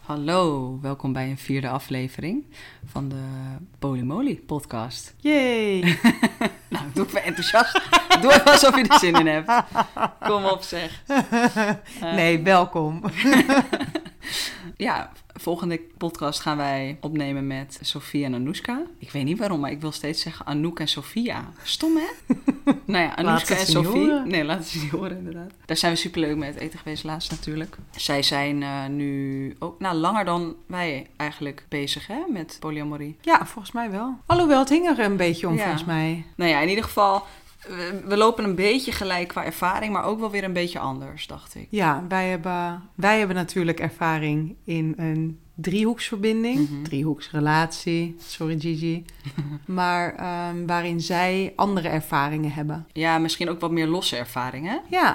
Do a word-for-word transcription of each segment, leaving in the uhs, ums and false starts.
Hallo, welkom bij een vierde aflevering van de Polymoly podcast. Yay! Nou, doe even enthousiast. Doe even alsof je er zin in hebt. Kom op zeg. Uh, nee, welkom. Ja, volgende podcast gaan wij opnemen met Sofia en Anoushka. Ik weet niet waarom, maar ik wil steeds zeggen Anouk en Sofia. Stom, hè? Nou ja, Anoushka en Sofie. Nee, laten ze niet horen, inderdaad. Daar zijn we superleuk mee het eten geweest laatst natuurlijk. Zij zijn uh, nu ook nou, langer dan wij eigenlijk bezig, hè, met polyamorie. Ja, volgens mij wel. Alhoewel, het hing er een beetje om, ja. volgens mij. Nou ja, in ieder geval... We, we lopen een beetje gelijk qua ervaring, maar ook wel weer een beetje anders, dacht ik. Ja, wij hebben, wij hebben natuurlijk ervaring in een driehoeksverbinding. Mm-hmm. Driehoeksrelatie, sorry Gigi. maar um, waarin zij andere ervaringen hebben. Ja, misschien ook wat meer losse ervaringen. Ja.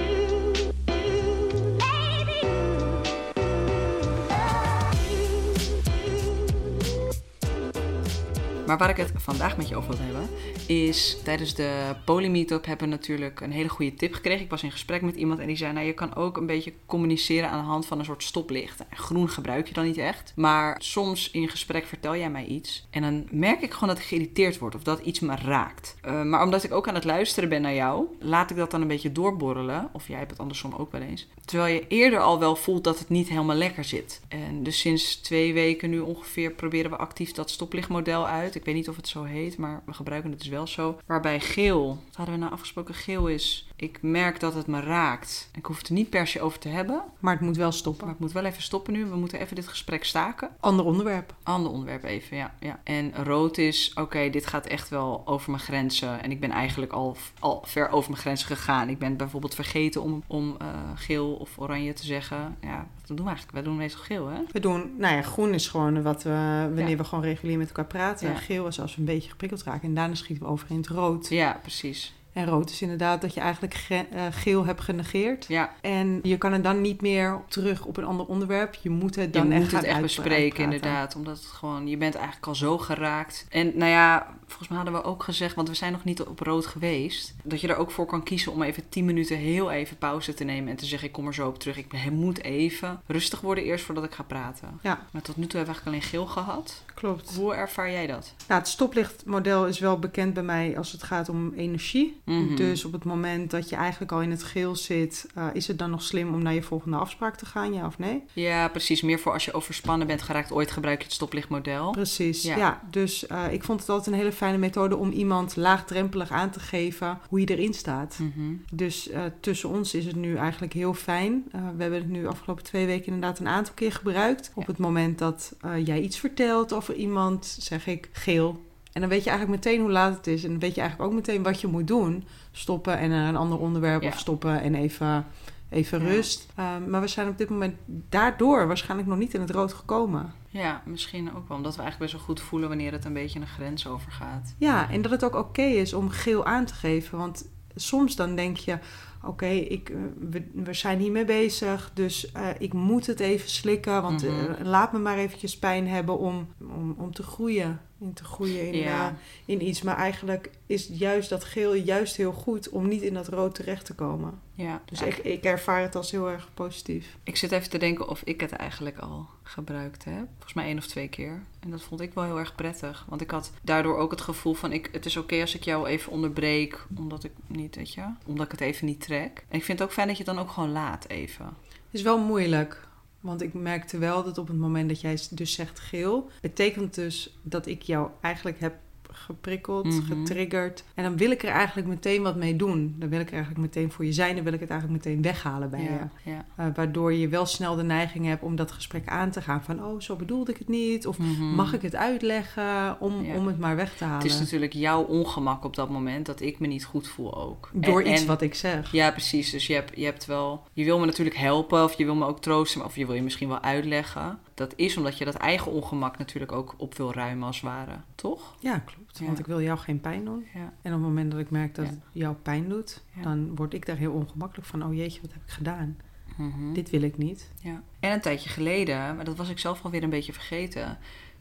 Maar waar ik het vandaag met je over wil hebben, is tijdens de Poly-meetup hebben we natuurlijk een hele goede tip gekregen. Ik was in gesprek met iemand en die zei, nou je kan ook een beetje communiceren aan de hand van een soort stoplicht. Groen gebruik je dan niet echt, maar soms in gesprek vertel jij mij iets en dan merk ik gewoon dat ik geïrriteerd word of dat iets me raakt. Uh, maar omdat ik ook aan het luisteren ben naar jou, laat ik dat dan een beetje doorborrelen, of jij hebt het andersom ook wel eens. Terwijl je eerder al wel voelt dat het niet helemaal lekker zit. En dus sinds twee weken nu ongeveer proberen we actief dat stoplichtmodel uit. Ik weet niet of het zo heet, maar we gebruiken het dus wel zo. Waarbij geel, wat hadden we nou afgesproken, geel is, ik merk dat het me raakt. Ik hoef het er niet per se over te hebben. Maar het moet wel stoppen. Maar het moet wel even stoppen nu. We moeten even dit gesprek staken. Ander onderwerp. Ander onderwerp even, ja. ja. En rood is, oké, okay, dit gaat echt wel over mijn grenzen. En ik ben eigenlijk al, al ver over mijn grenzen gegaan. Ik ben bijvoorbeeld vergeten om, om uh, geel of oranje te zeggen. Ja, wat doen we eigenlijk? Wij doen meestal geel, hè? We doen, nou ja, groen is gewoon wat we, wanneer ja. we gewoon regulier met elkaar praten. Ja. Geel is als we een beetje geprikkeld raken. En daarna schieten we over in het rood. Ja, precies. En rood is inderdaad dat je eigenlijk ge- uh, geel hebt genegeerd. Ja. En je kan er dan niet meer terug op een ander onderwerp. Je moet het dan je echt moet gaan het echt uitpraten. bespreken, inderdaad. Omdat het gewoon, je bent eigenlijk al zo geraakt. En nou ja, volgens mij hadden we ook gezegd, want we zijn nog niet op rood geweest, dat je er ook voor kan kiezen om even tien minuten heel even pauze te nemen en te zeggen, ik kom er zo op terug. Ik moet even rustig worden eerst voordat ik ga praten. Ja. Maar tot nu toe hebben we eigenlijk alleen geel gehad. Klopt. Hoe ervaar jij dat? Nou, het stoplichtmodel is wel bekend bij mij als het gaat om energie. Mm-hmm. Dus op het moment dat je eigenlijk al in het geel zit, uh, is het dan nog slim om naar je volgende afspraak te gaan, ja of nee? Ja, precies. Meer voor als je overspannen bent geraakt. Ooit gebruik je het stoplichtmodel. Precies, ja. ja. Dus uh, ik vond het altijd een hele fijne methode om iemand laagdrempelig aan te geven hoe je erin staat. Mm-hmm. Dus uh, tussen ons is het nu eigenlijk heel fijn. Uh, we hebben het nu afgelopen twee weken inderdaad een aantal keer gebruikt. Ja. Op het moment dat uh, jij iets vertelt over iemand, zeg ik geel. En dan weet je eigenlijk meteen hoe laat het is. En dan weet je eigenlijk ook meteen wat je moet doen. Stoppen en naar een ander onderwerp ja. of stoppen en even, even ja. rust. Um, maar we zijn op dit moment daardoor waarschijnlijk nog niet in het rood gekomen. Ja, misschien ook wel. Omdat we eigenlijk best wel goed voelen wanneer het een beetje een grens overgaat. Ja, en dat het ook oké okay is om geel aan te geven. Want soms dan denk je, oké, okay, ik, we, we zijn hiermee bezig, dus uh, ik moet het even slikken, want mm-hmm. uh, laat me maar eventjes pijn hebben om, om, om te groeien. In te groeien in, ja. uh, in iets. Maar eigenlijk is juist dat geel juist heel goed om niet in dat rood terecht te komen. Ja, dus ik, ik ervaar het als heel erg positief. Ik zit even te denken of ik het eigenlijk al gebruikt heb. Volgens mij één of twee keer. En dat vond ik wel heel erg prettig. Want ik had daardoor ook het gevoel van, ik, het is oké okay als ik jou even onderbreek. Omdat ik niet, weet je, omdat ik het even niet trek. En ik vind het ook fijn dat je het dan ook gewoon laat even. Het is wel moeilijk. Want ik merkte wel dat op het moment dat jij dus zegt geel, betekent dus dat ik jou eigenlijk heb geprikkeld, mm-hmm. getriggerd. En dan wil ik er eigenlijk meteen wat mee doen. Dan wil ik er eigenlijk meteen voor je zijn. Dan wil ik het eigenlijk meteen weghalen bij ja, je. Ja. Uh, waardoor je wel snel de neiging hebt om dat gesprek aan te gaan. Van, oh, zo bedoelde ik het niet. Of mm-hmm. mag ik het uitleggen om, ja. om het maar weg te halen. Het is natuurlijk jouw ongemak op dat moment dat ik me niet goed voel ook. Door en, iets en, wat ik zeg. Ja, precies. Dus je hebt, je hebt wel... Je wil me natuurlijk helpen of je wil me ook troosten. Of je wil je misschien wel uitleggen. Dat is omdat je dat eigen ongemak natuurlijk ook op wil ruimen als het ware. Toch? Ja, klopt. Ja. Want ik wil jou geen pijn doen. Ja. En op het moment dat ik merk dat ja. het jou pijn doet, ja. dan word ik daar heel ongemakkelijk van. Oh jeetje, wat heb ik gedaan? Mm-hmm. Dit wil ik niet. Ja. En een tijdje geleden, maar dat was ik zelf alweer een beetje vergeten.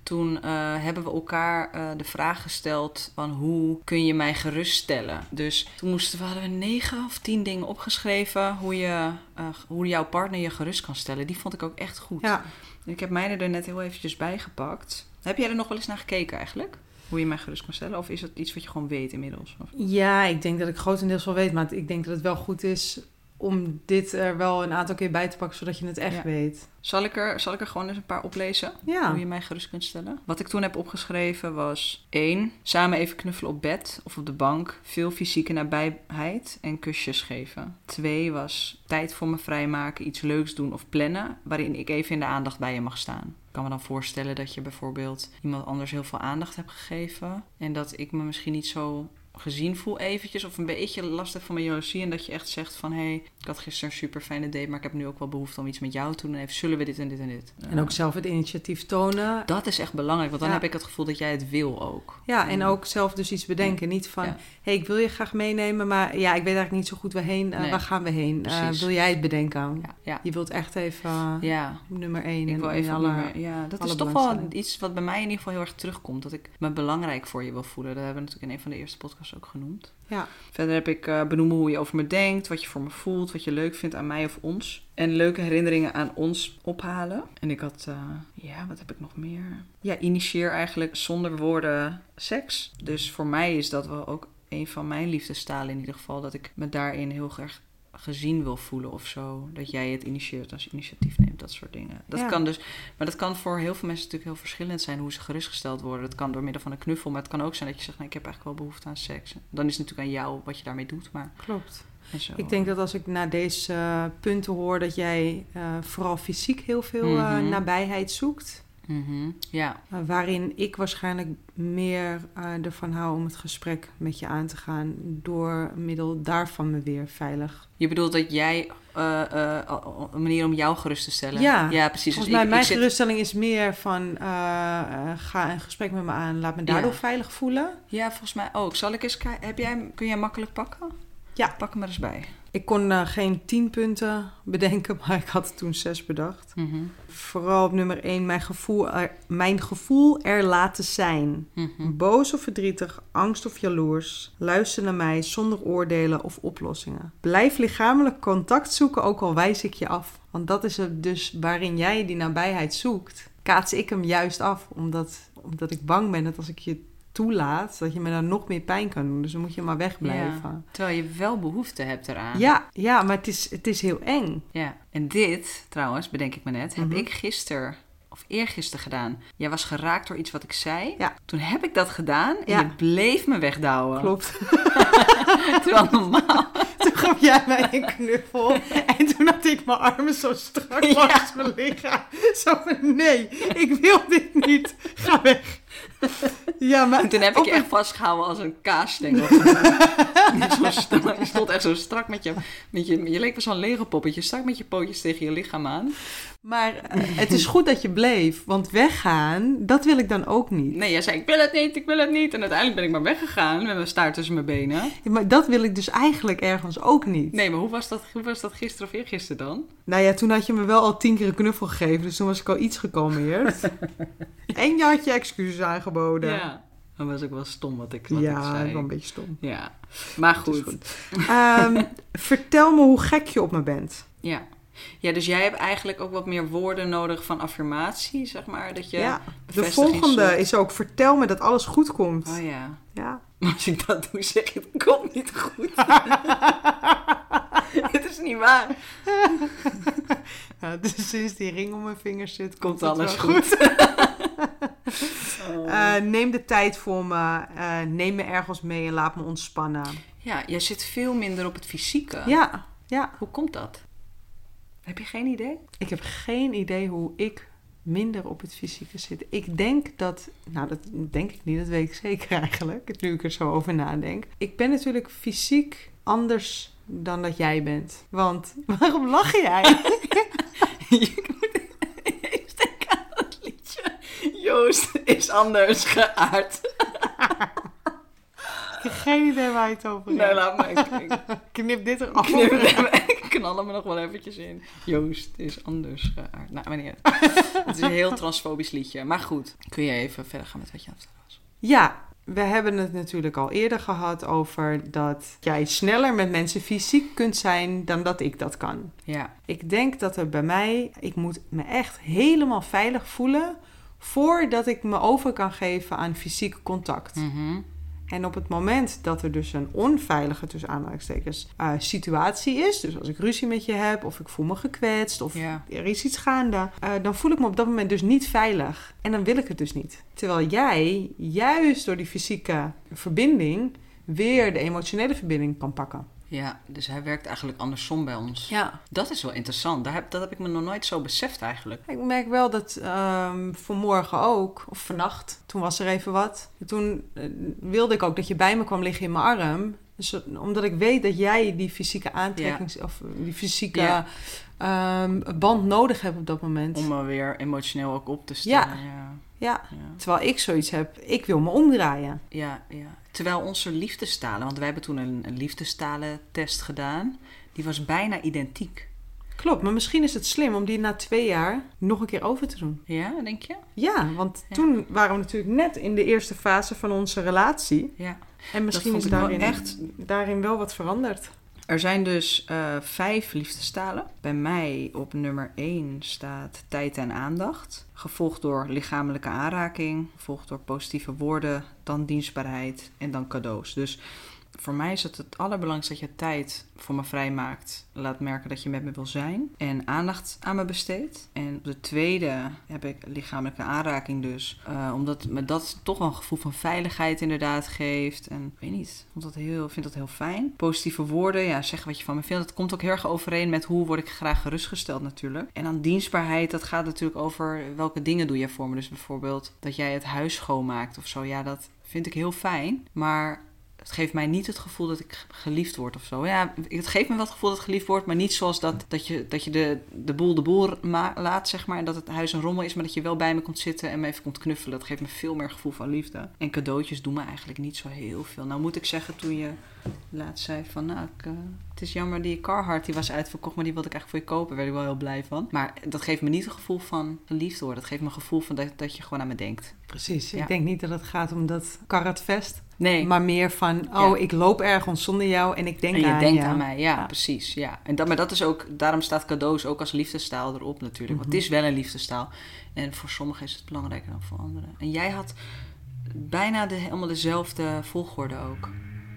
Toen uh, hebben we elkaar uh, de vraag gesteld van hoe kun je mij geruststellen. Dus toen moesten we, hadden we negen of tien dingen opgeschreven hoe, je, uh, hoe jouw partner je gerust kan stellen. Die vond ik ook echt goed. Ja. Ik heb mij er net heel eventjes bij gepakt. Heb jij er nog wel eens naar gekeken eigenlijk? Hoe je mij gerust kan stellen? Of is dat iets wat je gewoon weet inmiddels? Of? Ja, ik denk dat ik grotendeels wel weet. Maar ik denk dat het wel goed is om dit er wel een aantal keer bij te pakken, zodat je het echt ja. weet. Zal ik, er, zal ik er gewoon eens een paar oplezen? Ja. Hoe je mij gerust kunt stellen? Wat ik toen heb opgeschreven was één. Samen even knuffelen op bed of op de bank. Veel fysieke nabijheid en kusjes geven. twee was tijd voor me vrijmaken, iets leuks doen of plannen, waarin ik even in de aandacht bij je mag staan. Ik kan me dan voorstellen dat je bijvoorbeeld iemand anders heel veel aandacht hebt gegeven. En dat ik me misschien niet zo gezien voel eventjes, of een beetje last heb van mijn jaloezie, en dat je echt zegt van, hé, hey, ik had gisteren een super fijne date, maar ik heb nu ook wel behoefte om iets met jou te doen. Even, zullen we dit en dit en dit? En ook zelf het initiatief tonen. Dat is echt belangrijk, want dan ja. heb ik het gevoel dat jij het wil ook. Ja, en ook zelf dus iets bedenken. Niet van, hé, ja. hey, ik wil je graag meenemen, maar ja, ik weet eigenlijk niet zo goed waarheen. Uh, nee. Waar gaan we heen? Uh, wil jij het bedenken? Ja. Ja. Je wilt echt even uh, ja. nummer één. Ik wil even alle, nummer, ja, dat is toch wel iets wat bij mij in ieder geval heel erg terugkomt. Dat ik me belangrijk voor je wil voelen. Dat hebben we natuurlijk in een van de eerste podcasts ook genoemd. Ja. Verder heb ik uh, benoemen hoe je over me denkt, wat je voor me voelt, wat je leuk vindt aan mij of ons. En leuke herinneringen aan ons ophalen. En ik had, uh, ja, wat heb ik nog meer? Ja, initieer eigenlijk zonder woorden seks. Dus voor mij is dat wel ook een van mijn liefdestalen in ieder geval. Dat ik me daarin heel erg gezien wil voelen of zo. Dat jij het initieert als je initiatief neemt, dat soort dingen. Dat ja. kan dus, maar dat kan voor heel veel mensen natuurlijk heel verschillend zijn hoe ze gerustgesteld worden. Dat kan door middel van een knuffel, maar het kan ook zijn dat je zegt, nou, ik heb eigenlijk wel behoefte aan seks. Dan is het natuurlijk aan jou wat je daarmee doet, maar... Klopt. Ik denk dat als ik naar deze uh, punten hoor, dat jij uh, vooral fysiek heel veel uh, mm-hmm. nabijheid zoekt. Mm-hmm. Ja. Uh, waarin ik waarschijnlijk meer uh, ervan hou om het gesprek met je aan te gaan, door middel daarvan me weer veilig. Je bedoelt dat jij uh, uh, een manier om jou gerust te stellen? Ja, ja precies. Volgens dus mij ik, mijn ik zit... geruststelling is meer van uh, uh, ga een gesprek met me aan, laat me daardoor ja. veilig voelen. Ja, volgens mij ook. Zal ik eens kijken? Heb jij, kun jij makkelijk pakken? Ja. Pak hem maar eens bij. Ik kon uh, geen tien punten bedenken, maar ik had er toen zes bedacht. Mm-hmm. Vooral op nummer één, mijn gevoel er, mijn gevoel er laten zijn. Mm-hmm. Boos of verdrietig, angst of jaloers. Luister naar mij zonder oordelen of oplossingen. Blijf lichamelijk contact zoeken, ook al wijs ik je af. Want dat is het dus waarin jij die nabijheid zoekt. Kaats ik hem juist af, omdat, omdat ik bang ben dat als ik je toelaat, dat je me dan nog meer pijn kan doen. Dus dan moet je maar wegblijven. Ja, terwijl je wel behoefte hebt eraan. Ja, ja, maar het is, het is heel eng. Ja, en dit, trouwens, bedenk ik me net, Mm-hmm. heb ik gisteren of eergisteren gedaan. Jij was geraakt door iets wat ik zei. Ja. Toen heb ik dat gedaan en ja. je bleef me wegdouwen. Klopt. Terwijl normaal... Toen gaf jij mij een knuffel. En toen had ik mijn armen zo strak ja. langs mijn lichaam. Zo van, nee, ik wil dit niet. Ga weg. Ja, maar en toen heb ik je een... echt vastgehouden als een kaasstengel. Je stond echt zo strak met je... Met je, je leek wel zo'n Lego poppetje. Strak met je pootjes tegen je lichaam aan. Maar uh, het is goed dat je bleef. Want weggaan, dat wil ik dan ook niet. Nee, jij zei, ik wil het niet, ik wil het niet. En uiteindelijk ben ik maar weggegaan met mijn staart tussen mijn benen. Ja, maar dat wil ik dus eigenlijk ergens ook niet. Nee, maar hoe was dat, hoe was dat gisteren of eergisteren dan? Nou ja, toen had je me wel al tien keer een knuffel gegeven. Dus toen was ik al iets gekalmeerd. En je had je excuses aangeboden. Ja, dat was ook wel stom wat ik, wat ja, ik zei. Ja, wel een beetje stom. Ja, maar goed. goed. um, vertel me hoe gek je op me bent. Ja. Ja, dus jij hebt eigenlijk ook wat meer woorden nodig van affirmatie, zeg maar. Dat je ja, de volgende soort... is ook, vertel me dat alles goed komt. Oh ja. Ja. Maar als ik dat doe, zeg je, het komt niet goed. Het is niet waar. Ja, dus sinds die ring om mijn vinger zit, komt, komt alles goed. goed. oh. uh, neem de tijd voor me. Uh, neem me ergens mee en laat me ontspannen. Ja, jij zit veel minder op het fysieke. Ja, ja. Hoe komt dat? Heb je geen idee? Ik heb geen idee hoe ik minder op het fysieke zit. Ik denk dat... Nou, dat denk ik niet. Dat weet ik zeker eigenlijk. Nu ik er zo over nadenk. Ik ben natuurlijk fysiek anders dan dat jij bent. Want waarom lach jij? Ik moet even denken aan dat liedje. Joost is anders geaard. Ik heb geen idee waar je het over hebt. Nee, laat me. Ik, Knip dit eraf. Knip het knallen me nog wel eventjes in. Joost is anders geaard. Nou, wanneer? Het is een heel transfobisch liedje. Maar goed, kun je even verder gaan met wat je aan het vertellen was? Ja, we hebben het natuurlijk al eerder gehad over dat jij sneller met mensen fysiek kunt zijn dan dat ik dat kan. Ja. Ik denk dat er bij mij, ik moet me echt helemaal veilig voelen voordat ik me over kan geven aan fysiek contact. Mm-hmm. En op het moment dat er dus een onveilige, tussen aanhalingstekens, uh, situatie is, dus als ik ruzie met je heb, of ik voel me gekwetst, of Ja. er is iets gaande, uh, dan voel ik me op dat moment dus niet veilig. En dan wil ik het dus niet. Terwijl jij, juist door die fysieke verbinding, weer de emotionele verbinding kan pakken. Ja, dus hij werkt eigenlijk andersom bij ons. Ja. Dat is wel interessant. Dat heb, dat heb ik me nog nooit zo beseft eigenlijk. Ik merk wel dat um, vanmorgen ook, of vannacht, toen was er even wat. Toen uh, wilde ik ook dat je bij me kwam liggen in mijn arm. Dus, uh, omdat ik weet dat jij die fysieke aantrekkings... Ja. of die fysieke ja. um, band nodig hebt op dat moment. Om me weer emotioneel ook op te stellen. Ja. Ja. Ja. Ja. Terwijl ik zoiets heb, ik wil me omdraaien. Ja, ja. Terwijl onze liefdestalen, want wij hebben toen een, een liefdestalen-test gedaan, die was bijna identiek. Klopt, maar misschien is het slim om die na twee jaar nog een keer over te doen. Ja, denk je? Ja, want ja. toen waren we natuurlijk net in de eerste fase van onze relatie. Ja. En misschien is daarin, wel echt... daarin wel wat veranderd. Er zijn dus uh, vijf liefdestalen. Bij mij op nummer één staat tijd en aandacht. Gevolgd door lichamelijke aanraking. Gevolgd door positieve woorden. Dan dienstbaarheid en dan cadeaus. Dus voor mij is het het allerbelangrijkste dat je tijd voor me vrijmaakt. Laat merken dat je met me wil zijn. En aandacht aan me besteedt. En op de tweede heb ik lichamelijke aanraking dus. Uh, omdat me dat toch wel een gevoel van veiligheid inderdaad geeft. En ik weet niet, ik vond dat heel, vind dat heel fijn. Positieve woorden, ja, zeg wat je van me vindt. Dat komt ook heel erg overeen met hoe word ik graag gerustgesteld natuurlijk. En dan dienstbaarheid, dat gaat natuurlijk over welke dingen doe je voor me. Dus bijvoorbeeld dat jij het huis schoonmaakt of zo. Ja, dat vind ik heel fijn. Maar het geeft mij niet het gevoel dat ik geliefd word of zo. Ja, het geeft me wel het gevoel dat ik geliefd word, maar niet zoals dat, dat je, dat je de, de boel de boel ma- laat, zeg maar. En dat het huis een rommel is, maar dat je wel bij me komt zitten en me even komt knuffelen. Dat geeft me veel meer gevoel van liefde. En cadeautjes doen me eigenlijk niet zo heel veel. Nou moet ik zeggen, toen je laatst zei van, nou, ik, uh, het is jammer die Carhartt, die was uitverkocht, maar die wilde ik eigenlijk voor je kopen. Daar werd ik wel heel blij van. Maar dat geeft me niet het gevoel van geliefd worden. Dat geeft me een gevoel van dat, dat je gewoon aan me denkt. Precies. Ja. Ik denk niet dat het gaat om dat Carharttvest. Nee. Maar meer van, oh, ja. ik loop ergens zonder jou en ik denk aan je. En je denkt ja. aan mij, ja, ja. precies. Ja. En dat, maar dat is ook, daarom staat cadeaus ook als liefdestaal erop natuurlijk. Mm-hmm. Want het is wel een liefdestaal. En voor sommigen is het belangrijker dan voor anderen. En jij had bijna de, helemaal dezelfde volgorde ook.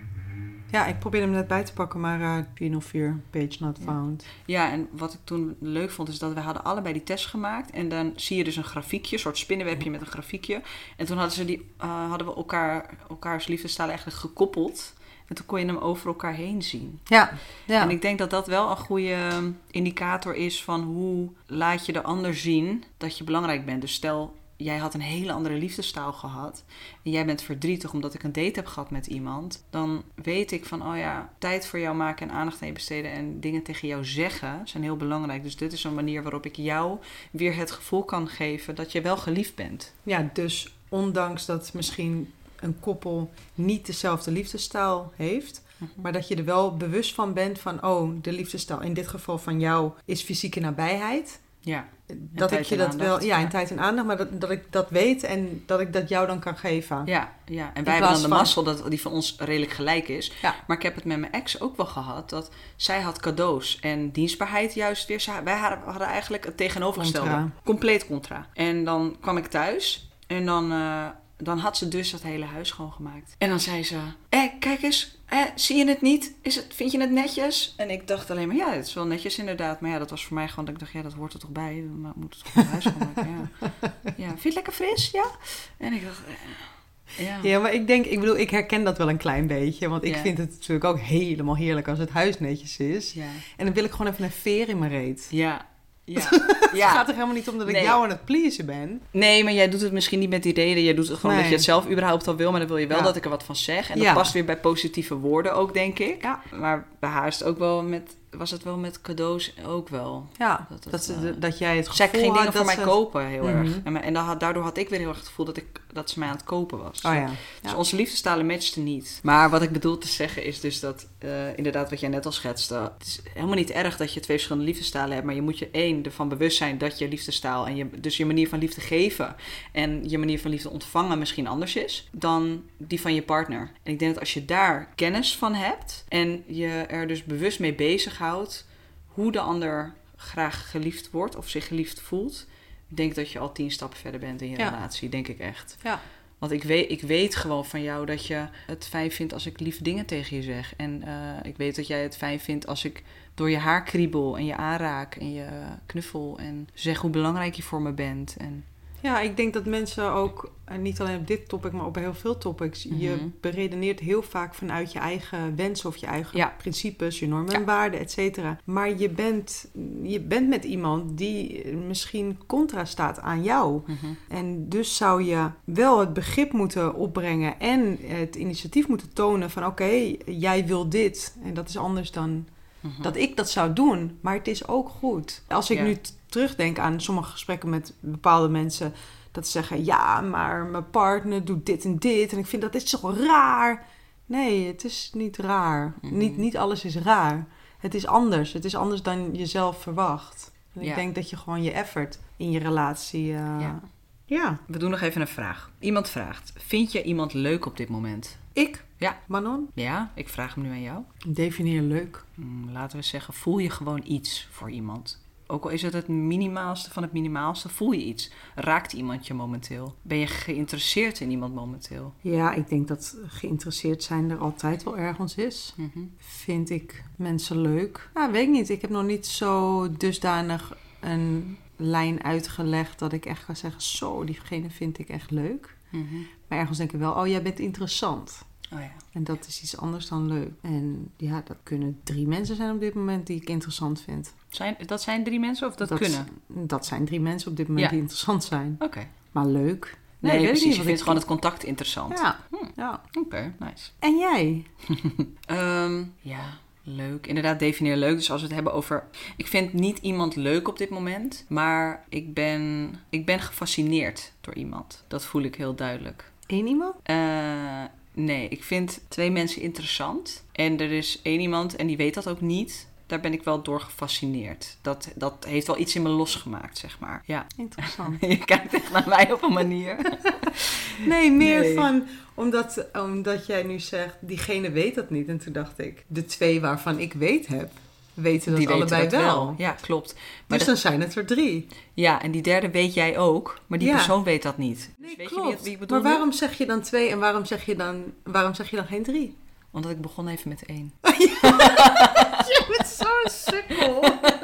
Ja, ik probeerde hem net bij te pakken, maar uh, vier nul vier, page not found. Ja. ja, en wat ik toen leuk vond, is dat we hadden allebei die test gemaakt. En dan zie je dus een grafiekje, een soort spinnenwebje met een grafiekje. En toen hadden, ze die, uh, hadden we elkaar, elkaars liefdestalen eigenlijk gekoppeld. En toen kon je hem over elkaar heen zien. Ja, ja. En ik denk dat dat wel een goede indicator is van hoe laat je de ander zien dat je belangrijk bent. Dus stel, jij had een hele andere liefdestaal gehad en jij bent verdrietig omdat ik een date heb gehad met iemand, dan weet ik van, oh ja, tijd voor jou maken en aandacht aan je besteden en dingen tegen jou zeggen zijn heel belangrijk. Dus dit is een manier waarop ik jou weer het gevoel kan geven dat je wel geliefd bent. Ja, dus ondanks dat misschien een koppel niet dezelfde liefdestaal heeft, mm-hmm. maar dat je er wel bewust van bent van, oh, de liefdestaal in dit geval van jou is fysieke nabijheid. Ja. Dat ik je dat aandacht, wel, ja, in ja. tijd en aandacht, maar dat, dat ik dat weet en dat ik dat jou dan kan geven. Ja, ja. En wij hebben dan de van... mazzel dat die van ons redelijk gelijk is. Ja. Maar ik heb het met mijn ex ook wel gehad, dat zij had cadeaus en dienstbaarheid juist weer. Zij, wij hadden eigenlijk het tegenovergestelde. Contra. Compleet contra. En dan kwam ik thuis en dan, uh, dan had ze dus dat hele huis schoongemaakt. En dan zei ze, eh, kijk eens, eh, zie je het niet? Is het, vind je het netjes? En ik dacht alleen maar, ja, het is wel netjes inderdaad. Maar ja, dat was voor mij gewoon dat ik dacht, ja, dat hoort er toch bij. We moeten toch het huis schoonmaken, ja. ja. Vind je het lekker fris? Ja. En ik dacht, eh, ja. Ja, maar ik denk, ik bedoel, ik herken dat wel een klein beetje. Want ik ja. vind het natuurlijk ook helemaal heerlijk als het huis netjes is. Ja. En dan wil ik gewoon even een veer in mijn reet. Ja. Ja. Het ja. gaat er helemaal niet om dat ik nee. jou aan het pleasen ben. Nee, maar jij doet het misschien niet met die reden. Jij doet het gewoon nee. dat je het zelf überhaupt al wil. Maar dan wil je wel ja. dat ik er wat van zeg. En dat ja. past weer bij positieve woorden ook, denk ik. Ja. Maar bij haar is het ook wel met was het wel met cadeaus ook wel. Ja, dat, het, dat, ze, uh, dat jij het gevoel zij ging dingen had voor mij ze... kopen heel mm-hmm. erg. En, en daardoor had ik weer heel erg het gevoel dat, ik, dat ze mij aan het kopen was. Oh ja. Dus ja. onze liefdestalen matchten niet. Maar wat ik bedoel te zeggen is dus dat, uh, inderdaad wat jij net al schetste, het is helemaal niet erg dat je twee verschillende liefdestalen hebt, maar je moet je één ervan bewust zijn dat je liefdestaal en je, dus je manier van liefde geven en je manier van liefde ontvangen misschien anders is dan die van je partner. En ik denk dat als je daar kennis van hebt en je er dus bewust mee bezighoudt hoe de ander graag geliefd wordt of zich geliefd voelt, denk dat je al tien stappen verder bent in je ja. relatie, denk ik echt. Ja. Want ik weet, ik weet gewoon van jou dat je het fijn vindt als ik lieve dingen tegen je zeg. En uh, ik weet dat jij het fijn vindt als ik door je haar kriebel en je aanraak en je knuffel en zeg hoe belangrijk je voor me bent. En Ja, ik denk dat mensen ook, en niet alleen op dit topic, maar op heel veel topics, mm-hmm. je beredeneert heel vaak vanuit je eigen wensen of je eigen ja. principes, je normen en ja. waarden, et cetera. Maar je bent, je bent met iemand die misschien contra staat aan jou. Mm-hmm. En dus zou je wel het begrip moeten opbrengen en het initiatief moeten tonen van oké, okay, jij wil dit en dat is anders dan mm-hmm. dat ik dat zou doen. Maar het is ook goed. Als ik ja. nu t- terugdenk aan sommige gesprekken met bepaalde mensen, dat ze zeggen, ja, maar mijn partner doet dit en dit en ik vind dat is toch raar. Nee, het is niet raar. Mm-hmm. Niet, niet alles is raar. Het is anders. Het is anders dan je zelf verwacht. En ja. ik denk dat je gewoon je effort in je relatie... Uh, ja. ja. We doen nog even een vraag. Iemand vraagt, vind je iemand leuk op dit moment? Ik? Ja. Manon? Ja, ik vraag hem nu aan jou. Definieer leuk. Hmm, laten we zeggen, voel je gewoon iets voor iemand? Ook al is het het minimaalste van het minimaalste, voel je iets. Raakt iemand je momenteel? Ben je geïnteresseerd in iemand momenteel? Ja, ik denk dat geïnteresseerd zijn er altijd wel ergens is. Mm-hmm. Vind ik mensen leuk? Ja, weet ik niet. Ik heb nog niet zo dusdanig een lijn uitgelegd dat ik echt ga zeggen, zo, diegene vind ik echt leuk. Mm-hmm. Maar ergens denk ik wel, oh, jij bent interessant. Oh ja. En dat is iets anders dan leuk. En ja, dat kunnen drie mensen zijn op dit moment die ik interessant vind. Zijn, dat zijn drie mensen of dat, dat kunnen? Dat zijn drie mensen op dit moment ja. die interessant zijn. Oké. Okay. Maar leuk. Nee, nee weet precies. Niet, je vindt gewoon het contact interessant. Ja. Hm. ja. Oké, okay, nice. En jij? um, ja, leuk. Inderdaad, definieer leuk. Dus als we het hebben over... Ik vind niet iemand leuk op dit moment. Maar ik ben, ik ben gefascineerd door iemand. Dat voel ik heel duidelijk. Eén iemand? Uh, nee, ik vind twee mensen interessant. En er is één iemand, en die weet dat ook niet. Daar ben ik wel door gefascineerd. Dat, dat heeft wel iets in me losgemaakt, zeg maar. Ja. Interessant. Je kijkt echt naar mij op een manier. Nee, meer nee. van... Omdat, omdat jij nu zegt, diegene weet dat niet. En toen dacht ik, de twee waarvan ik weet heb, weten dat die allebei weten dat wel. wel. Ja, klopt. Maar dus dan dat, zijn het er drie. Ja, en die derde weet jij ook. Maar die ja. persoon weet dat niet. Nee, dus weet klopt. Je wie, wie ik bedoel maar waarom zeg je dan twee en waarom zeg je dan, waarom zeg je dan geen drie? Omdat ik begon even met één. Je bent zo'n sukkel.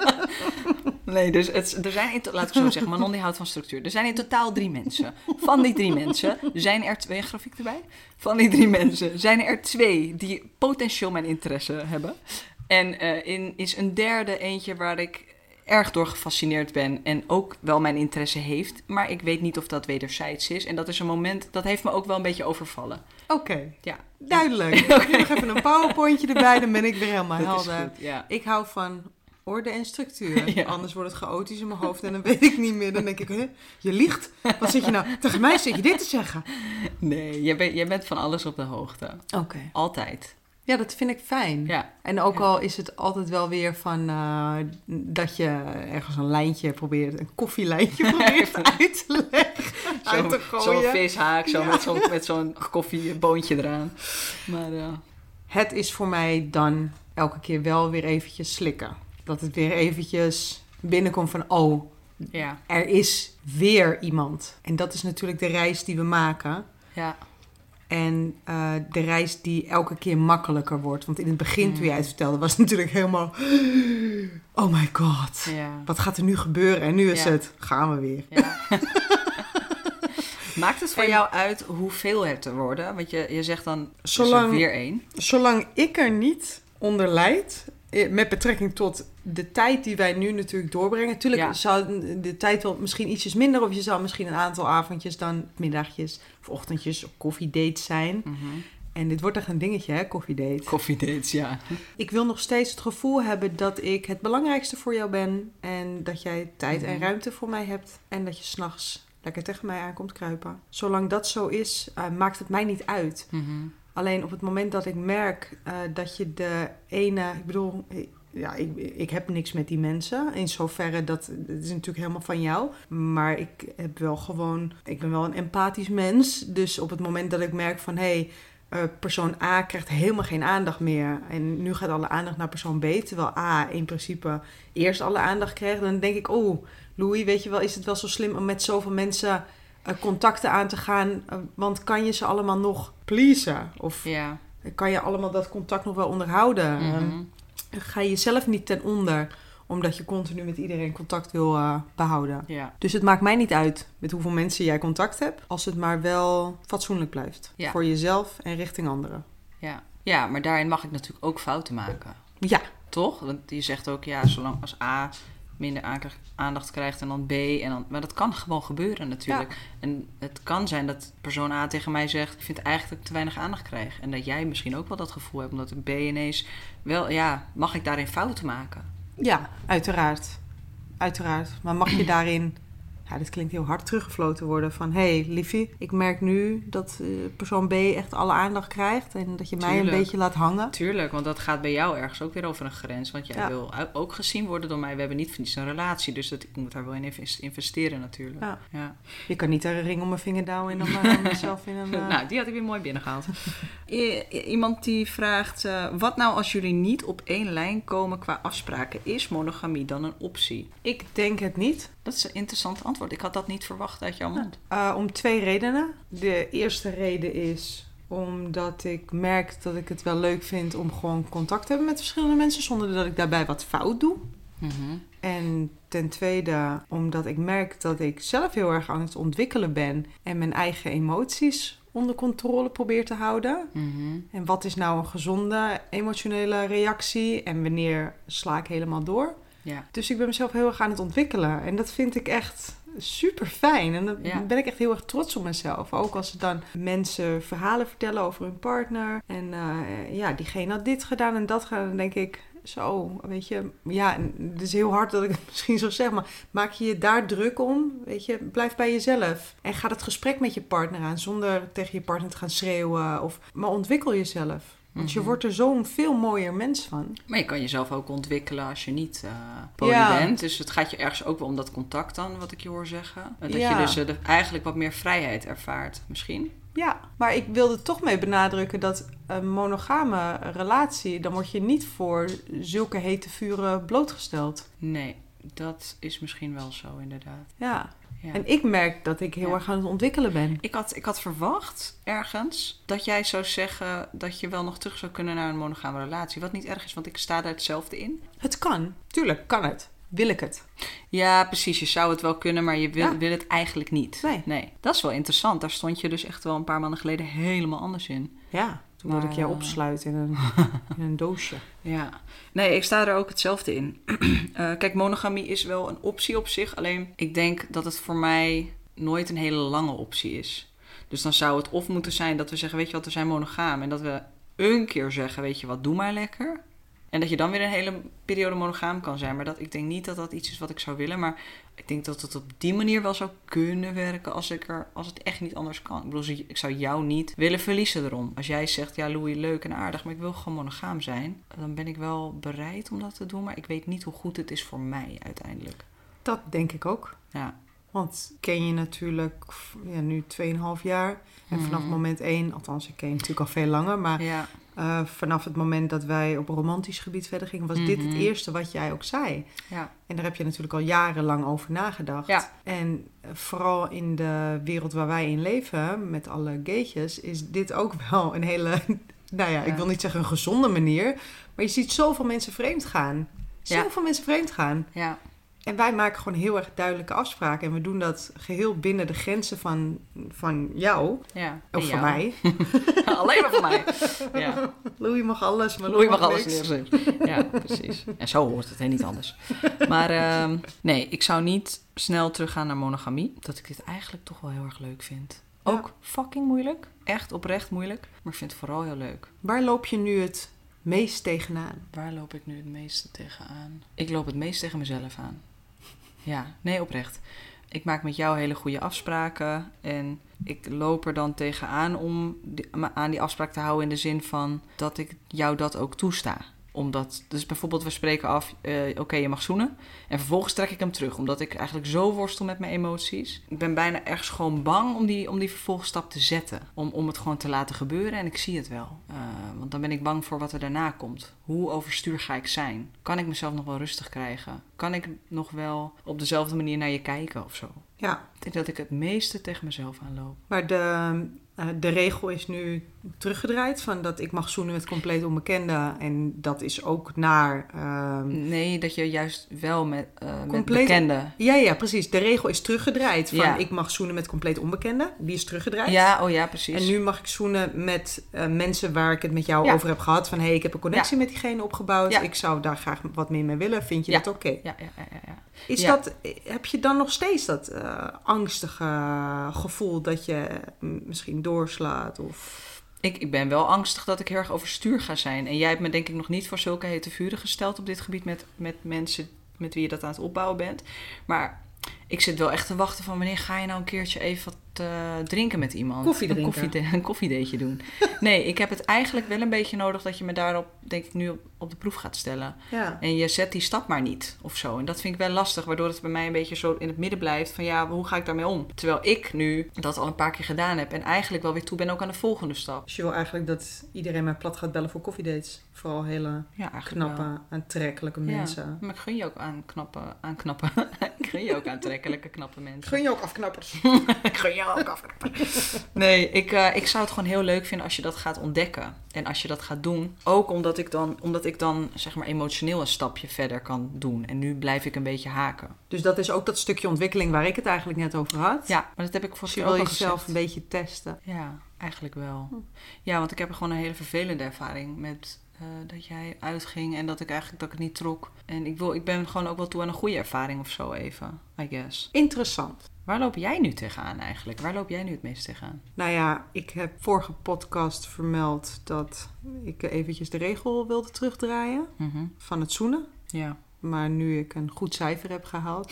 Nee, dus het, er zijn, in to- laat ik zo zeggen, Manon die houdt van structuur. Er zijn in totaal drie mensen. Van die drie mensen zijn er twee, een grafiek erbij? Van die drie mensen zijn er twee die potentieel mijn interesse hebben. En uh, in, is een derde eentje waar ik erg door gefascineerd ben en ook wel mijn interesse heeft. Maar ik weet niet of dat wederzijds is. En dat is een moment, dat heeft me ook wel een beetje overvallen. Oké, okay. Ja. Duidelijk. Okay. Nog even een powerpointje erbij, dan ben ik weer helemaal dat helder. Is goed, ja. Ik hou van orde en structuur. Ja. Anders wordt het chaotisch in mijn hoofd en dan weet ik niet meer. Dan denk ik, hè, je liegt. Wat zit je nou? Tegen mij zit je dit te zeggen. Nee, jij, ben, jij bent van alles op de hoogte. Oké. Okay. Altijd. Ja, dat vind ik fijn. Ja. En ook ja. al is het altijd wel weer van uh, dat je ergens een lijntje probeert, een koffielijntje probeert uit te leggen. Zo, uit te gooien. Zo'n vishaak, zo ja. met, zo'n, met zo'n koffieboontje eraan. Maar, uh... Het is voor mij dan elke keer wel weer eventjes slikken. Dat het weer eventjes binnenkomt van, oh, ja. er is weer iemand. En dat is natuurlijk de reis die we maken. Ja. En uh, de reis die elke keer makkelijker wordt. Want in het begin, toen jij het vertelde, was het natuurlijk helemaal... Oh my god, ja. wat gaat er nu gebeuren? En nu is ja. het, gaan we weer. Ja. Maakt het voor en, jou uit hoeveel het er worden? Want je, je zegt dan, zolang, is er weer één. Zolang ik er niet onder lijd... Met betrekking tot de tijd die wij nu natuurlijk doorbrengen. Tuurlijk ja. zou de tijd wel misschien ietsjes minder... of je zou misschien een aantal avondjes dan middagjes... of ochtendjes of koffiedates zijn. Mm-hmm. En dit wordt echt een dingetje, hè, koffiedate. Koffiedates, ja. Ik wil nog steeds het gevoel hebben dat ik het belangrijkste voor jou ben. En dat jij tijd en ruimte voor mij hebt. En dat je 's nachts lekker tegen mij aankomt kruipen. Zolang dat zo is, uh, maakt het mij niet uit. Mm-hmm. Alleen op het moment dat ik merk uh, dat je de ene... Ik bedoel, ja, ik, ik heb niks met die mensen. In zoverre, dat het is natuurlijk helemaal van jou. Maar ik heb wel gewoon... Ik ben wel een empathisch mens. Dus op het moment dat ik merk van... Hey, uh, persoon A krijgt helemaal geen aandacht meer. En nu gaat alle aandacht naar persoon B. Terwijl A in principe eerst alle aandacht krijgt. Dan denk ik, oh, Louis, weet je wel, is het wel zo slim om met zoveel mensen... Uh, contacten aan te gaan, uh, want kan je ze allemaal nog pleasen? Of ja. kan je allemaal dat contact nog wel onderhouden? Mm-hmm. Uh, ga je jezelf niet ten onder, omdat je continu met iedereen contact wil uh, behouden. Ja. Dus het maakt mij niet uit met hoeveel mensen jij contact hebt, als het maar wel fatsoenlijk blijft. Ja. Voor jezelf en richting anderen. Ja. Ja, maar daarin mag ik natuurlijk ook fouten maken. Ja. Toch? Want je zegt ook, ja, zolang als A... minder aandacht krijgt en dan B. En dan, maar dat kan gewoon gebeuren natuurlijk. Ja. En het kan zijn dat persoon A tegen mij zegt... ik vind eigenlijk dat ik te weinig aandacht krijg. En dat jij misschien ook wel dat gevoel hebt... omdat B ineens wel... ja, mag ik daarin fouten maken? Ja, uiteraard. Uiteraard. Maar mag je daarin... Ja, dit klinkt heel hard teruggefloten worden van... hé, hey, liefie, ik merk nu dat uh, persoon B echt alle aandacht krijgt... en dat je mij Tuurlijk. een beetje laat hangen. Tuurlijk, want dat gaat bij jou ergens ook weer over een grens. Want jij ja. wil ook gezien worden door mij. We hebben niet voor niets een relatie, dus dat, ik moet daar wel in investeren natuurlijk. Ja. Ja. Je kan niet er een ring om mijn vinger douwen en dan maar mezelf in een... Uh... Nou, die had ik weer mooi binnengehaald. I- iemand die vraagt... Uh, wat nou als jullie niet op één lijn komen qua afspraken? Is monogamie dan een optie? Ik denk het niet. Dat is een interessant antwoord. Ik had dat niet verwacht uit jouw mond. Uh, om twee redenen. De eerste reden is omdat ik merk dat ik het wel leuk vind om gewoon contact te hebben met verschillende mensen zonder dat ik daarbij wat fout doe. Mm-hmm. En ten tweede omdat ik merk dat ik zelf heel erg aan het ontwikkelen ben en mijn eigen emoties onder controle probeer te houden. Mm-hmm. En wat is nou een gezonde emotionele reactie en wanneer sla ik helemaal door? Ja. Dus ik ben mezelf heel erg aan het ontwikkelen. En dat vind ik echt super fijn. En dan ja. ben ik echt heel erg trots op mezelf. Ook als dan mensen verhalen vertellen over hun partner. En uh, ja, diegene had dit gedaan en dat gedaan. Dan denk ik, zo, weet je. Ja, het is heel hard dat ik het misschien zo zeg. Maar maak je je daar druk om? Weet je, blijf bij jezelf. En ga het gesprek met je partner aan. Zonder tegen je partner te gaan schreeuwen. Of, maar ontwikkel jezelf. Want je wordt er zo'n veel mooier mens van. Maar je kan jezelf ook ontwikkelen als je niet uh, poly ja. bent. Dus het gaat je ergens ook wel om dat contact dan, wat ik je hoor zeggen. Dat ja. je dus uh, de, eigenlijk wat meer vrijheid ervaart, misschien. Ja, maar ik wilde toch mee benadrukken dat een monogame relatie... dan word je niet voor zulke hete vuren blootgesteld. Nee, dat is misschien wel zo inderdaad. Ja. Ja. En ik merk dat ik heel ja. erg aan het ontwikkelen ben. Ik had, ik had verwacht ergens dat jij zou zeggen dat je wel nog terug zou kunnen naar een monogame relatie. Wat niet erg is, want ik sta daar hetzelfde in. Het kan. Tuurlijk kan het. Wil ik het. Ja, precies. Je zou het wel kunnen, maar je wil, ja. wil het eigenlijk niet. Nee. nee. Dat is wel interessant. Daar stond je dus echt wel een paar maanden geleden helemaal anders in. Ja, toen maar, ik jou opsluit in een, in een doosje. Ja. Nee, ik sta er ook hetzelfde in. uh, kijk, monogamie is wel een optie op zich. Alleen, ik denk dat het voor mij nooit een hele lange optie is. Dus dan zou het of moeten zijn dat we zeggen, weet je wat, we zijn monogaam. En dat we een keer zeggen, weet je wat, doe maar lekker. En dat je dan weer een hele periode monogaam kan zijn. Maar dat, ik denk niet dat dat iets is wat ik zou willen. Maar ik denk dat het op die manier wel zou kunnen werken als, ik er, als het echt niet anders kan. Ik bedoel, ik zou jou niet willen verliezen erom. Als jij zegt, ja Louis, leuk en aardig, maar ik wil gewoon monogaam zijn. Dan ben ik wel bereid om dat te doen. Maar ik weet niet hoe goed het is voor mij uiteindelijk. Dat denk ik ook. Ja. Want ken je natuurlijk ja, nu tweeënhalf jaar. En vanaf mm. moment één, althans ik ken je natuurlijk al veel langer. Maar ja. uh, vanaf het moment dat wij op romantisch gebied verder gingen, was mm-hmm. dit het eerste wat jij ook zei. Ja. En daar heb je natuurlijk al jarenlang over nagedacht. Ja. En vooral in de wereld waar wij in leven, met alle gaytjes, is dit ook wel een hele, nou ja, ja. ik wil niet zeggen een gezonde manier. Maar je ziet zoveel mensen vreemd gaan. Zoveel ja. mensen vreemd gaan. Ja. En wij maken gewoon heel erg duidelijke afspraken. En we doen dat geheel binnen de grenzen van, van jou. Ja, of van jou. mij. Alleen maar van mij. Ja. Louis mag alles, maar Louis mag, mag alles neerzetten. Ja, precies. En zo hoort het, hè? Niet anders. Maar uh, nee, ik zou niet snel teruggaan naar monogamie. Dat ik dit eigenlijk toch wel heel erg leuk vind. Ook fucking moeilijk. Echt oprecht moeilijk. Maar ik vind het vooral heel leuk. Waar loop je nu het meest tegenaan? Waar loop ik nu het meeste tegenaan? Ik loop het meest tegen mezelf aan. Ja, nee, oprecht. Ik maak met jou hele goede afspraken. En ik loop er dan tegenaan om die, me aan die afspraak te houden in de zin van dat ik jou dat ook toesta. Omdat, dus bijvoorbeeld we spreken af, uh, oké, okay, je mag zoenen. En vervolgens trek ik hem terug, omdat ik eigenlijk zo worstel met mijn emoties. Ik ben bijna ergens gewoon bang om die, om die vervolgstap te zetten. Om, om het gewoon te laten gebeuren en ik zie het wel. Uh, want dan ben ik bang voor wat er daarna komt. Hoe overstuur ga ik zijn? Kan ik mezelf nog wel rustig krijgen? Kan ik nog wel op dezelfde manier naar je kijken of zo? Ja. Ik denk dat ik het meeste tegen mezelf aanloop. Maar de, uh, de regel is nu teruggedraaid van dat ik mag zoenen met compleet onbekenden. En dat is ook naar... Uh, nee, dat je juist wel met, uh, compleet, met bekenden... Ja, ja, precies. De regel is teruggedraaid van ja. ik mag zoenen met compleet onbekenden. Die is teruggedraaid. Ja, oh ja, precies. En nu mag ik zoenen met uh, mensen waar ik het met jou ja. over heb gehad. Van hé, hey, ik heb een connectie ja. met diegene opgebouwd. Ja. Ik zou daar graag wat meer mee willen. Vind je ja. dat oké? Okay? Ja, ja, ja, ja, ja. Is ja. dat, heb je dan nog steeds dat uh, angstige gevoel dat je misschien doorslaat? Of... Ik, ik ben wel angstig dat ik heel erg overstuur ga zijn. En jij hebt me denk ik nog niet voor zulke hete vuren gesteld op dit gebied met, met mensen met wie je dat aan het opbouwen bent. Maar ik zit wel echt te wachten van wanneer ga je nou een keertje even wat uh, drinken met iemand. Koffie drinken. Een, koffie, een koffiedateje doen. Nee, ik heb het eigenlijk wel een beetje nodig dat je me daarop, denk ik, nu op, op de proef gaat stellen. Ja. En je zet die stap maar niet of zo. En dat vind ik wel lastig, waardoor het bij mij een beetje zo in het midden blijft van ja, hoe ga ik daarmee om? Terwijl ik nu dat al een paar keer gedaan heb en eigenlijk wel weer toe ben ook aan de volgende stap. Dus je wil eigenlijk dat iedereen mij plat gaat bellen voor koffiedates? Vooral hele ja, knappe, wel. aantrekkelijke mensen. Ja, maar ik gun je ook aan knappe, aan knappe, ik gun je ook aantrekkelijke, knappe mensen. Gun je ook afknappers? Ik gun je ook afknappers. Nee, ik, uh, ik zou het gewoon heel leuk vinden als je dat gaat ontdekken. En als je dat gaat doen. Ook omdat ik dan, omdat ik dan zeg maar emotioneel een stapje verder kan doen. En nu blijf ik een beetje haken. Dus dat is ook dat stukje ontwikkeling waar ik het eigenlijk net over had? Ja, maar dat heb ik voor dus je wil jezelf een beetje testen? Ja, eigenlijk wel. Hm. Ja, want ik heb gewoon een hele vervelende ervaring met... Uh, dat jij uitging en dat ik eigenlijk dat ik het niet trok. En ik, wil, ik ben gewoon ook wel toe aan een goede ervaring of zo even, I guess. Interessant. Waar loop jij nu tegenaan eigenlijk? Waar loop jij nu het meest tegenaan? Nou ja, ik heb vorige podcast vermeld dat ik eventjes de regel wilde terugdraaien mm-hmm. van het zoenen. Ja. Maar nu ik een goed cijfer heb gehaald...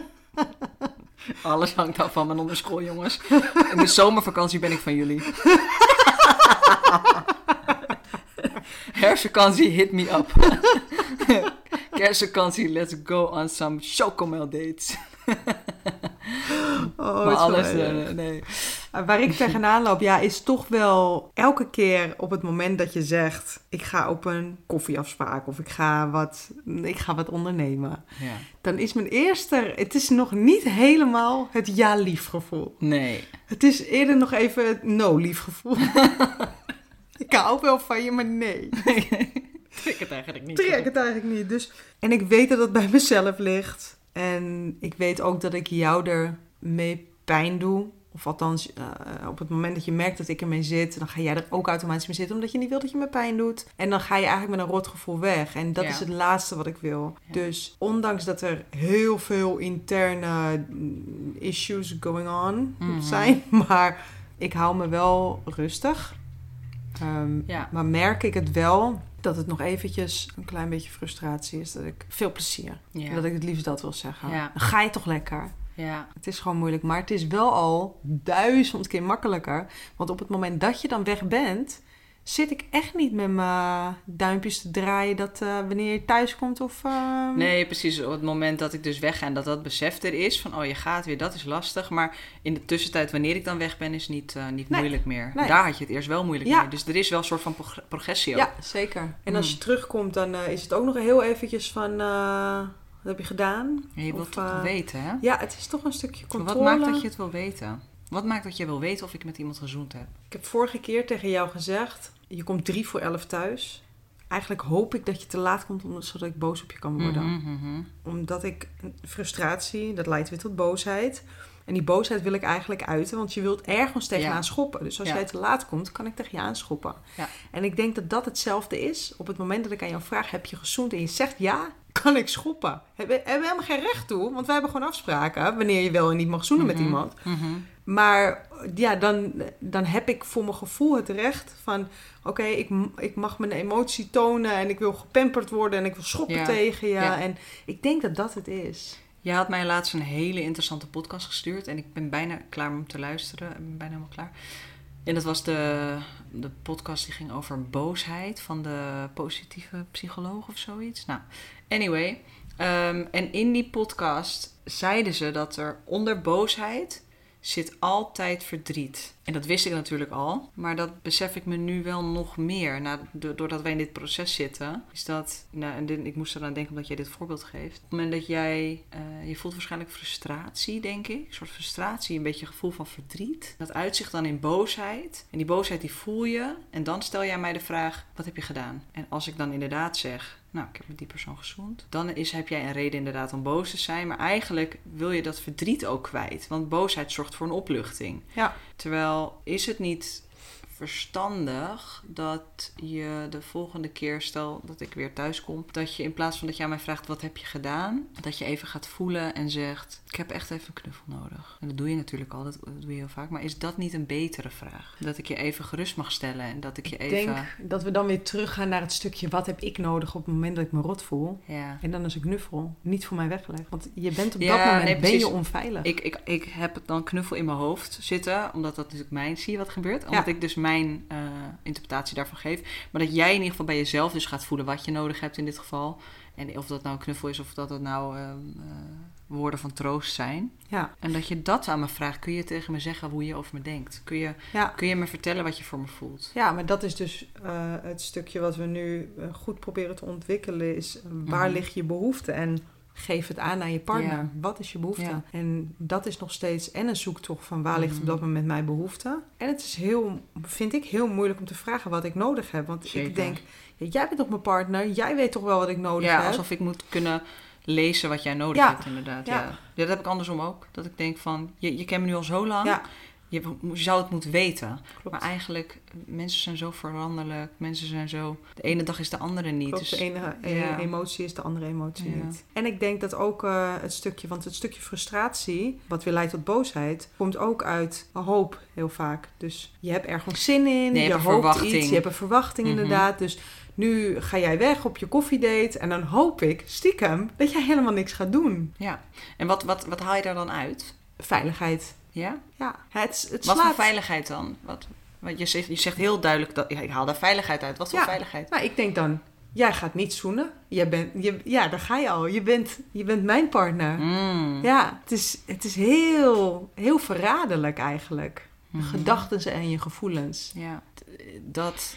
Alles hangt af van mijn onderschool, jongens. In de zomervakantie ben ik van jullie. Herfstvakantie, hit me up. Kerstvakantie, let's go on some chocomel dates. Oh, maar alles, uh, nee. Waar ik tegenaan loop, ja, is toch wel elke keer op het moment dat je zegt... ik ga op een koffieafspraak of ik ga wat, ik ga wat ondernemen. Ja. Dan is mijn eerste... Het is nog niet helemaal het ja-lief gevoel. Nee. Het is eerder nog even het no-lief gevoel. Ik hou wel van je, maar nee. Trek het eigenlijk niet. Trek het eigenlijk niet. Dus, en ik weet dat het bij mezelf ligt. En ik weet ook dat ik jou er mee pijn doe. Of althans, uh, op het moment dat je merkt dat ik ermee zit... dan ga jij er ook automatisch mee zitten... omdat je niet wilt dat je me pijn doet. En dan ga je eigenlijk met een rotgevoel weg. En dat ja. is het laatste wat ik wil. Ja. Dus ondanks dat er heel veel interne issues going on mm-hmm. zijn... maar ik hou me wel rustig... Um, ja. Maar merk ik het wel dat het nog eventjes een klein beetje frustratie is. Dat ik veel plezier. Ja. Dat ik het liefst dat wil zeggen. Ja. Dan ga je toch lekker. Ja. Het is gewoon moeilijk. Maar het is wel al duizend keer makkelijker. Want op het moment dat je dan weg bent... zit ik echt niet met mijn duimpjes te draaien... dat uh, wanneer je thuis komt of... Uh... Nee, precies. Op het moment dat ik dus wegga en dat dat besef er is... van oh, je gaat weer, dat is lastig. Maar in de tussentijd, wanneer ik dan weg ben... is niet, uh, niet nee. moeilijk meer. Nee. Daar had je het eerst wel moeilijk ja. mee. Dus er is wel een soort van prog- progressie ook. Ja, zeker. En als je terugkomt, dan uh, is het ook nog heel eventjes van... Uh, wat heb je gedaan? En je wilt of, toch uh, weten, hè? Ja, het is toch een stukje controle. Wat maakt dat je het wil weten? Wat maakt dat je wil weten of ik met iemand gezoend heb? Ik heb vorige keer tegen jou gezegd... je komt drie voor elf thuis. Eigenlijk hoop ik dat je te laat komt... zodat ik boos op je kan worden. Mm-hmm. Omdat ik frustratie... dat leidt weer tot boosheid. En die boosheid wil ik eigenlijk uiten... want je wilt ergens tegenaan ja. schoppen. Dus als ja. jij te laat komt... kan ik tegen je aanschoppen. Ja. En ik denk dat dat hetzelfde is... op het moment dat ik aan jou vraag... heb je gezoend en je zegt ja... kan ik schoppen. Hebben we helemaal geen recht toe... want wij hebben gewoon afspraken... wanneer je wel en niet mag zoenen mm-hmm. met iemand... Mm-hmm. Maar ja, dan, dan heb ik voor mijn gevoel het recht van... Oké, okay, ik, ik mag mijn emotie tonen en ik wil gepamperd worden en ik wil schoppen ja. tegen je. Ja. En ik denk dat dat het is. Je had mij laatst een hele interessante podcast gestuurd en ik ben bijna klaar om te luisteren. Ik ben bijna helemaal klaar. En dat was de, de podcast die ging over boosheid van de positieve psycholoog of zoiets. Nou, anyway. Um, en in die podcast zeiden ze dat er onder boosheid zit altijd verdriet. En dat wist ik natuurlijk al, maar dat besef ik me nu wel nog meer. Nou, doordat wij in dit proces zitten, is dat... Nou, en dit, ik moest eraan denken omdat jij dit voorbeeld geeft. Op het moment dat jij... Uh, je voelt waarschijnlijk frustratie, denk ik. Een soort frustratie, een beetje gevoel van verdriet. Dat uitzicht dan in boosheid. En die boosheid die voel je. En dan stel jij mij de vraag, wat heb je gedaan? En als ik dan inderdaad zeg... Nou, ik heb met die persoon gezoend. Dan is, heb jij een reden inderdaad om boos te zijn. Maar eigenlijk wil je dat verdriet ook kwijt. Want boosheid zorgt voor een opluchting. Ja. Terwijl is het niet verstandig dat je de volgende keer, stel dat ik weer thuis kom, dat je in plaats van dat je aan mij vraagt wat heb je gedaan, dat je even gaat voelen en zegt, ik heb echt even een knuffel nodig. En dat doe je natuurlijk al, dat doe je heel vaak. Maar is dat niet een betere vraag? Dat ik je even gerust mag stellen en dat ik je ik even... Ik denk dat we dan weer teruggaan naar het stukje, wat heb ik nodig op het moment dat ik me rot voel? Ja. En dan is een knuffel niet voor mij weggelegd. Want je bent op ja, dat moment nee, ben je onveilig. Ik, ik, ik heb dan knuffel in mijn hoofd zitten, omdat dat natuurlijk mijn, zie je wat gebeurt? Omdat ja. ik dus mijn uh, interpretatie daarvan geef. Maar dat jij in ieder geval bij jezelf dus gaat voelen wat je nodig hebt in dit geval. En of dat nou een knuffel is of dat het nou uh, uh, woorden van troost zijn. Ja. En dat je dat aan me vraagt. Kun je tegen me zeggen hoe je over me denkt? Kun je, ja. kun je me vertellen wat je voor me voelt? Ja, maar dat is dus uh, het stukje wat we nu uh, goed proberen te ontwikkelen. Is uh, waar mm-hmm. ligt je behoefte? En geef het aan aan je partner. Ja. Wat is je behoefte? Ja. En dat is nog steeds en een zoektocht van waar ligt mm-hmm. op dat moment mijn behoefte. En het is heel, vind ik, heel moeilijk om te vragen wat ik nodig heb. Want Zeker. ik denk, ja, jij bent toch mijn partner? Jij weet toch wel wat ik nodig ja, heb? Ja, alsof ik moet kunnen lezen wat jij nodig ja. hebt inderdaad. Ja. Ja. Ja, dat heb ik andersom ook. Dat ik denk van, je, je kent me nu al zo lang. Ja. Je, je zou het moeten weten. Klopt. Maar eigenlijk, mensen zijn zo veranderlijk. Mensen zijn zo... De ene dag is de andere niet. Klopt, dus, de ene ja. emotie is de andere emotie ja. niet. En ik denk dat ook uh, het stukje... Want het stukje frustratie, wat weer leidt tot boosheid... komt ook uit hoop heel vaak. Dus je hebt ergens zin in. Nee, je, je hebt hoopt verwachting. iets. Je hebt een verwachting mm-hmm. inderdaad. Dus nu ga jij weg op je koffiedate... en dan hoop ik, stiekem, dat jij helemaal niks gaat doen. Ja. En wat, wat, wat haal je daar dan uit? Veiligheid. Ja? Ja. Het, het wat slaat... voor veiligheid dan? Wat, wat je, zegt, je zegt heel duidelijk, dat ja, ik haal daar veiligheid uit. Wat voor ja. veiligheid? Nou, ik denk dan, jij gaat niet zoenen. Jij bent, je, ja, daar ga je al. Je bent, je bent mijn partner. Mm. Ja, het is, het is heel, heel verraderlijk eigenlijk. Mm-hmm. Je gedachten en je gevoelens. Ja, dat...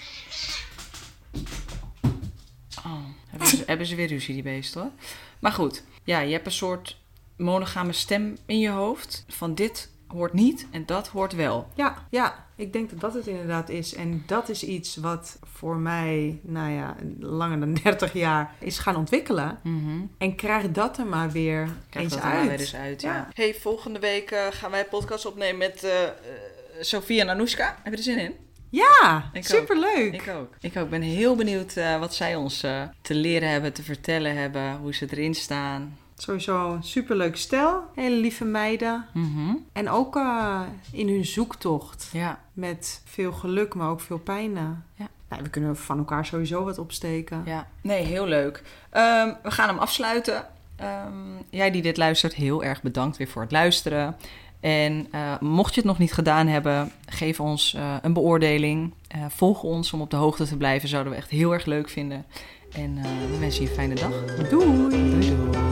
Oh, hebben ze, hebben ze weer ruzie, die beest, hoor. Maar goed, ja, je hebt een soort monogame stem in je hoofd. Van dit hoort niet en dat hoort wel. Ja, ja, ik denk dat dat het inderdaad is. En dat is iets wat voor mij, nou ja, langer dan dertig jaar is gaan ontwikkelen. Mm-hmm. En krijg dat er maar weer krijg eens dat uit. Er maar weer eens uit, ja. ja. Hey, volgende week uh, gaan wij een podcast opnemen met uh, uh, Sofie en Anoushka. Heb je er zin in? Ja, ik superleuk. Ook. Ik ook. Ik ook. ben heel benieuwd uh, wat zij ons uh, te leren hebben, te vertellen hebben, hoe ze erin staan. Sowieso een superleuk stel. Hele lieve meiden. Mm-hmm. En ook uh, in hun zoektocht. Ja. Met veel geluk, maar ook veel pijn. Ja. Nou, we kunnen van elkaar sowieso wat opsteken. Ja. Nee, heel leuk. Um, we gaan hem afsluiten. Um, jij die dit luistert, heel erg bedankt weer voor het luisteren. En uh, mocht je het nog niet gedaan hebben, geef ons uh, een beoordeling. Uh, volg ons om op de hoogte te blijven. Zouden we echt heel erg leuk vinden. En uh, we wensen je een fijne dag. Doei! Doei, doei.